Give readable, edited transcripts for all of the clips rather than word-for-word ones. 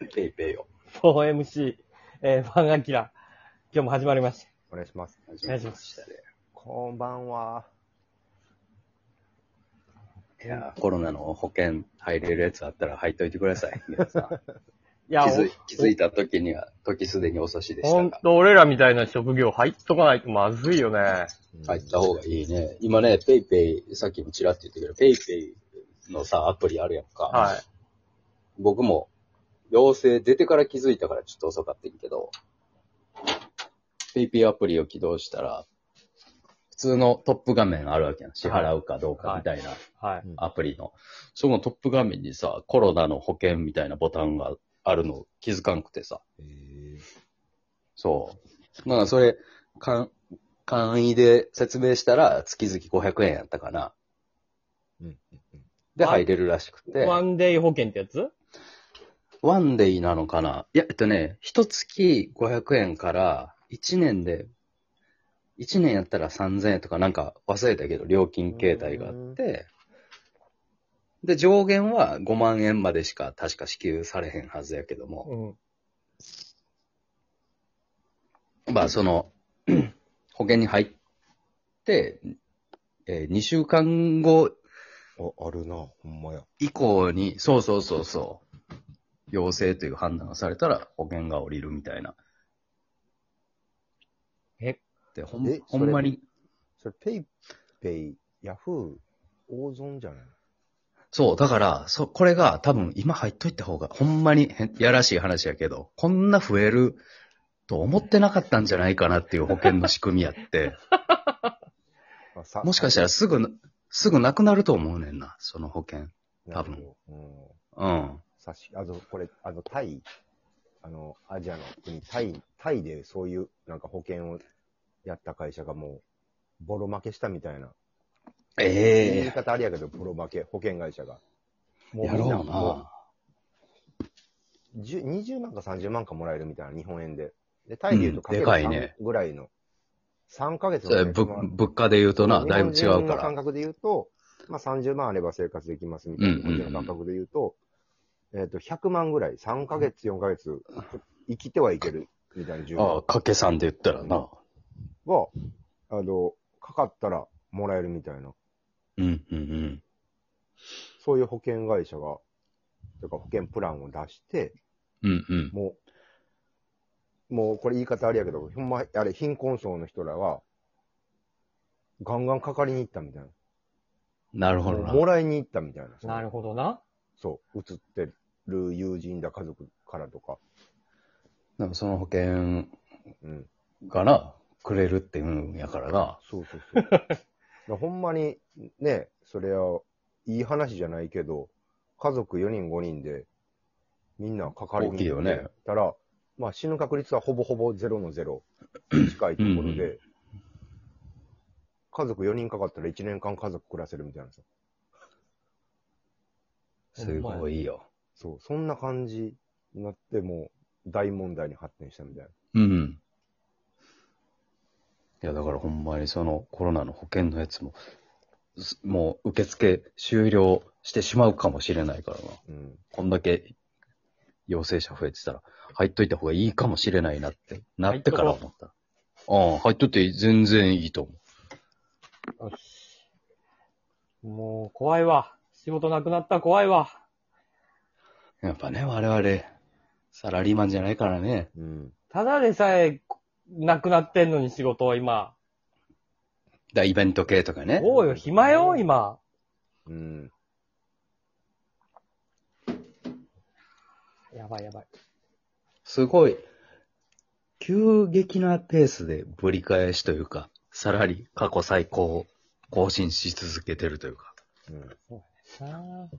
ペイペイよ。 4MC、ファンアキラ。今日も始まりました。 お願いします。 お願いします。 こんばんは。 いや、コロナの保険入れるやつあったら入っといてください。皆さんいや、 気づいた時には、時すでに遅しでしたが。 ほんと、俺らみたいな職業入っとかないとまずいよね。 入った方がいいね。今ね、ペイペイ、さっきもちらっと言ったけど、ペイペイのさ、アプリあるやんか。 はい。 僕も、陽性出てから気づいたからちょっと遅かったんけど、ペイペイアプリを起動したら、普通のトップ画面あるわけやん。支払うかどうかみたいなはい。 アプリの。そのトップ画面にさ、コロナの保険みたいなボタンがあるの気づかんくてさ。そう。まあそれ、簡易で説明したら月々500円やったかな。で入れるらしくて。 ワンデイ保険ってやつ？ ワンデイなのかな。いや、一月500円から1年やったら3000円とかなんか忘れたけど、料金形態があって、で、上限は5万円までしか確か支給されへんはずやけども、まあその、保険に入って、2週間後あるな、ほんまや。 以降に、そう、陽性という判断がされたら保険が下りるみたいな。で、ほんまに。 それ、ペイペイ、ヤフー、大損じゃない？ そう、だから、これが多分今入っといた方が、ほんまにやらしい話やけど、こんな増えると思ってなかったんじゃないかなっていう保険の仕組みやって、もしかしたらすぐなくなると思うねんな、その保険。多分。 タイ、アジアの国、タイでそういう、なんか保険をやった会社がもう、ボロ負けしたみたいな。言い方ありやけど、ボロ負け、保険会社が。 もうやろうな。 20万か30万かもらえるみたいな、日本円で。で、タイで言うとかける3ぐらいの。3ヶ月の、 物価で言うとな、だいぶ違うから。 日本人の感覚で言うと、まあ30万あれば生活できますみたいな、日本人の感覚で言うと、100万ぐらい、3ヶ月、4ヶ月、生きてはいけるみたいな10万。 ああ、掛け算で言ったらな。 が、かかったらもらえるみたいな。そういう保険会社が、というか保険プランを出して、もうこれ言い方ありやけど、ほんま、あれ、貧困層の人らは、ガンガンかかりに行ったみたいな。 なるほどな。 もらいに行ったみたいな。 なるほどな。 そう、映ってる友人だ、家族からとか。 なんかその保険がな、くれるっていうんやからな。 そう。ほんまに、ね、それは、いい話じゃないけど、家族4人5人で、みんなかかりに行ってたら、まあ死ぬ確率はほぼほぼ0の0近いところで、家族4人かかったら1年間家族暮らせるみたいなさ。 すごいよ。 そう、そんな感じになって、もう大問題に発展したみたいな。 いや、だからほんまにそのコロナの保険のやつも、もう受付終了してしまうかもしれないからな。こんだけ陽性者増えてたら、入っといた方がいいかもしれないなって、なってから思った。入っとって全然いいと思う。よし。もう、怖いわ。仕事なくなったら怖いわ。 やっぱね、我々、サラリーマンじゃないからね。 ただでさえ、なくなってんのに仕事は今。 イベント系とかね。 そうよ、暇よ、今。やばい。 すごい、急激なペースでぶり返しというか、さらに過去最高を更新し続けてるというか。 そうだな。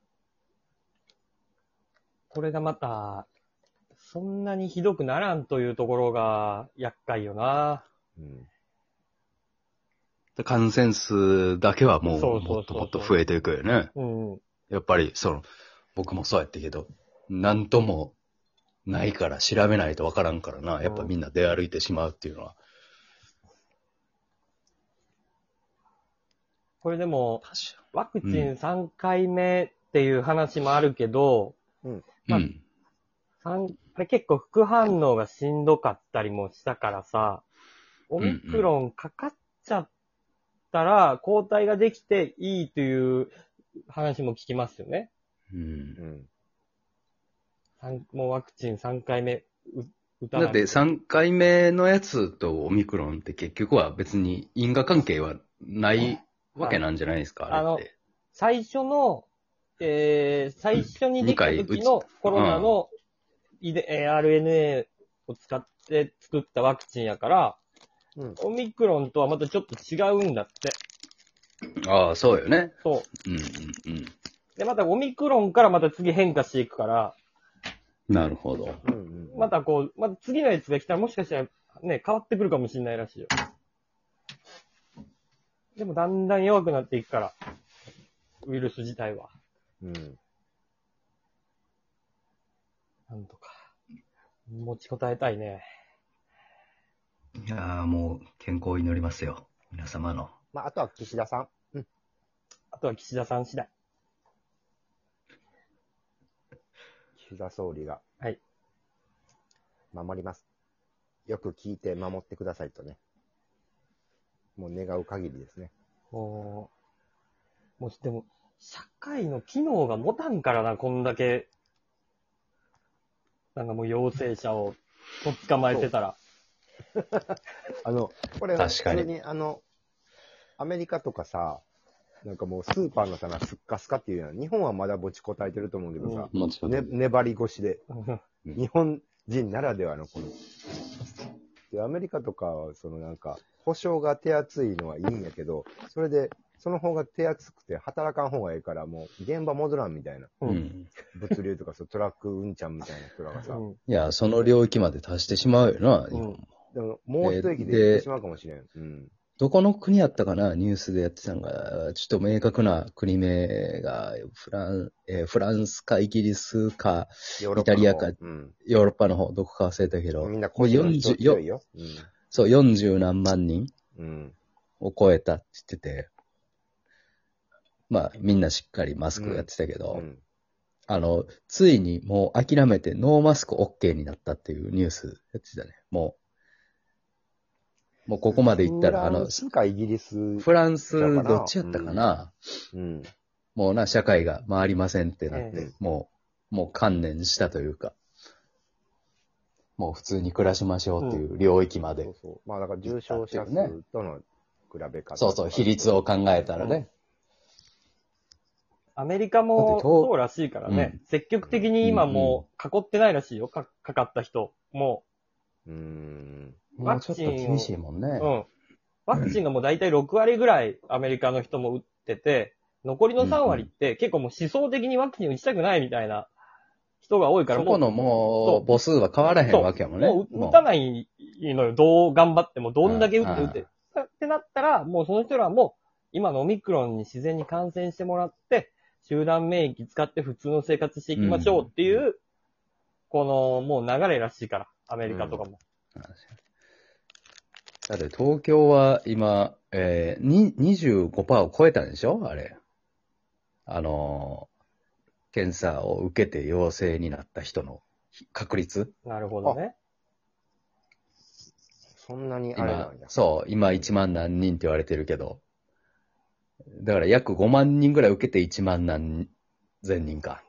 これがまた、そんなにひどくならんというところが厄介よな。 感染数だけはもうもっともっと増えていくよね。やっぱり僕もそうやったけど、なんともないから調べないとわからんからな。やっぱみんな出歩いてしまうっていうのは。 これでも、ワクチン3回目っていう話もあるけど、3 あれ結構副反応がしんどかったりもしたからさ、オミクロンかかっちゃったら抗体ができていいという話も聞きますよね。もうワクチン3回目打たない。 だって3回目のやつとオミクロンって結局は別に因果関係はないわけなんじゃないですか、あれって。 最初にできた時のコロナのRNA を使って作ったワクチンやから、オミクロンとはまたちょっと違うんだって。 ああ、そうよね。 そう。で、またオミクロンからまた次変化していくから、 なるほど。 またまた次のやつが来たらもしかしたらね、変わってくるかもしれないらしいよ。でもだんだん弱くなっていくから、ウイルス自体は。なんとか、持ちこたえたいね。 いやーもう健康を祈りますよ。皆様の。 まあ、あとは岸田さん。 あとは岸田さん次第。 岸田総理が。 はい。 守ります。よく聞いて守ってくださいとね。もう願う限りですね。 もうでも、社会の機能が持たんからな、こんだけ、なんかもう陽性者をとっ捕まえてたら。 これ、 確かに普通にアメリカとかさ、なんかもうスーパーの棚スッカスカっていうような、日本はまだぼちこたえてると思うけどさ、 もちろん。 粘り腰で、日本人ならではのこの、で、アメリカとかは、なんか、保証が手厚いのはいいんやけど、それで、その方が手厚くて働かん方がいいから、もう現場戻らんみたいな。物流とかトラックうんちゃんみたいな人らがさ。 いや、その領域まで達してしまうよな、日本も。 でも、もう一駅で行ってしまうかもしれん。 どこの国やったかな、ニュースでやってたのが、ちょっと明確な国名が、フランスかイギリスか、イタリアか、ヨーロッパの方、どこか忘れたけど、 みんな腰の人強いよ。 そう、40何万人を超えたって言ってて、まあ、みんなしっかりマスクやってたけど、ついにもう諦めてノーマスク OK になったっていうニュースやってたね。もうここまで行ったら、 フランスかイギリス。 フランスどっちやったかな、もうな、社会が回りませんってなって、もう観念したというか、もう普通に暮らしましょうっていう領域まで。 まあだから重症者数との比べ方。 そうそう、比率を考えたらね。 アメリカもそうらしいからね。積極的に今もう囲ってないらしいよ。かかった人。もうちょっと厳しいもんね。 ワクチンがもう大体6割ぐらいアメリカの人も打ってて、残りの3割って結構もう思想的にワクチン打ちたくないみたいな人が多いから、 そこのもう母数は変わらへんわけやもんね。 もう打たないのよ。どう頑張っても、どんだけ打って。ってなったら、もうその人らも今のオミクロンに自然に感染してもらって、集団免疫使って普通の生活していきましょうっていう、このもう流れらしいから、アメリカとかも。 だって東京は今、25% を超えたんでしょあれ。検査を受けて陽性になった人の確率。 なるほどね。 そんなにあれなんや。 今1万何人って言われてるけど。だから約5万人ぐらい受けて1万何千人か。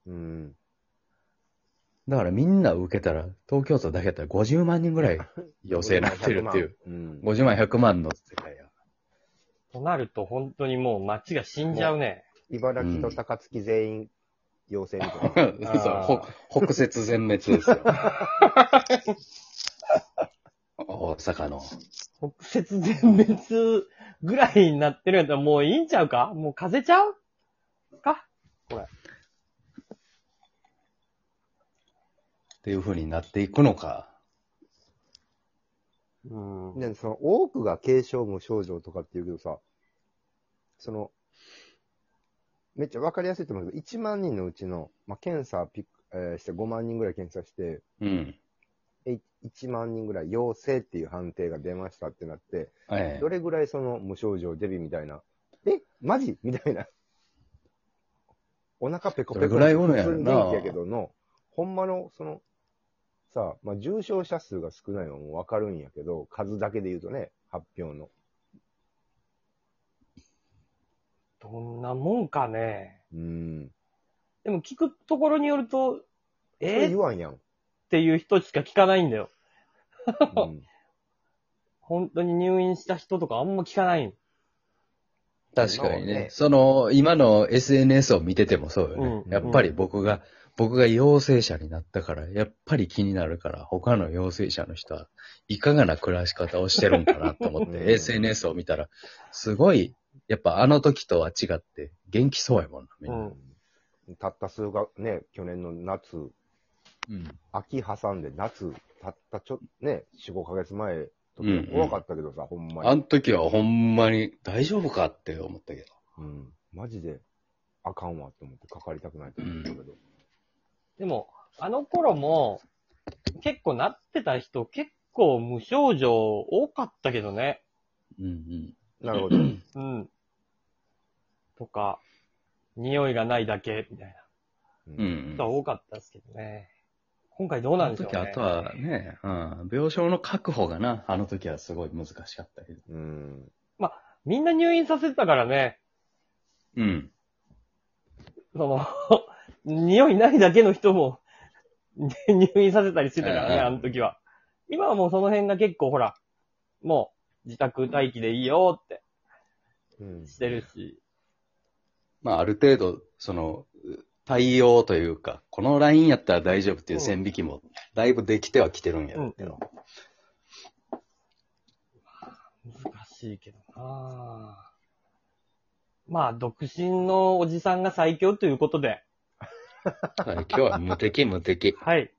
だからみんな受けたら、東京都だけだったら50万人ぐらい陽性になってるっていう。50万、100万の世界や。 となると本当にもう街が死んじゃうね。 茨城と高槻全員陽性みたいな。 そう、北摂全滅ですよ。大阪の。 北摂全滅ぐらいになってるんやったらもういいんちゃうか？もう風邪ちゃうかこれ。 っていう風になっていくのか。 で、多くが軽症無症状とかって言うけどさ、めっちゃわかりやすいと思うけど、1万人のうちの、検査して5万人ぐらい検査して、1万人ぐらい陽性っていう判定が出ましたってなって、どれぐらい無症状デビみたいな、マジみたいな。お腹ペコペコ。 どれぐらいおるんやろな。 元気やけどの、 ほんまの、さ、まあ、重症者数が少ないのもわかるんやけど、数だけで言うとね、発表の。 どんなもんかね。 うん。 でも聞くところによると、 それ言わんやん。 っていう人しか聞かないんだよ。 うん。 本当に入院した人とかあんま聞かない。 確かにね。 ね今の SNS を見ててもそうよね。 うんやっぱり僕が陽性者になったから、やっぱり気になるから、他の陽性者の人はいかがな暮らし方をしてるんかなと思って、 うん SNS を見たら、すごい、やっぱあの時とは違って元気そうやもんな、みんな。 たった数が、ね、去年の夏、 うん。 秋挟んで夏、たったね、4、5ヶ月前とか怖かったけどさ、ほんまに。 あの時はほんまに大丈夫かって思ったけど。 うん。マジで、あかんわって思ってかかりたくないと思ったけど。 でも、あの頃も、結構なってた人、結構無症状多かったけどね。 うんなるほど。 うん。とか、匂いがないだけ、みたいうん。 う。 うんんな人は多かったですけどね。今回どうあのなんでしょうね。 時あとはね、病床の確保がな、あの時はすごい難しかったけど。 うん。 みんな入院させてたからね。 うん。 匂いないだけの人も入院させたりしてたからね、 うんあの時は。今はもうその辺が結構ほら、もう自宅待機でいいよってうん。 してるし。 まあ、ある程度、対応というか、このラインやったら大丈夫っていう線引きも、だいぶできてはきてるんやろうけど。 難しいけどなまあ、独身のおじさんが最強ということで。 はい、今日は無敵無敵。 はい。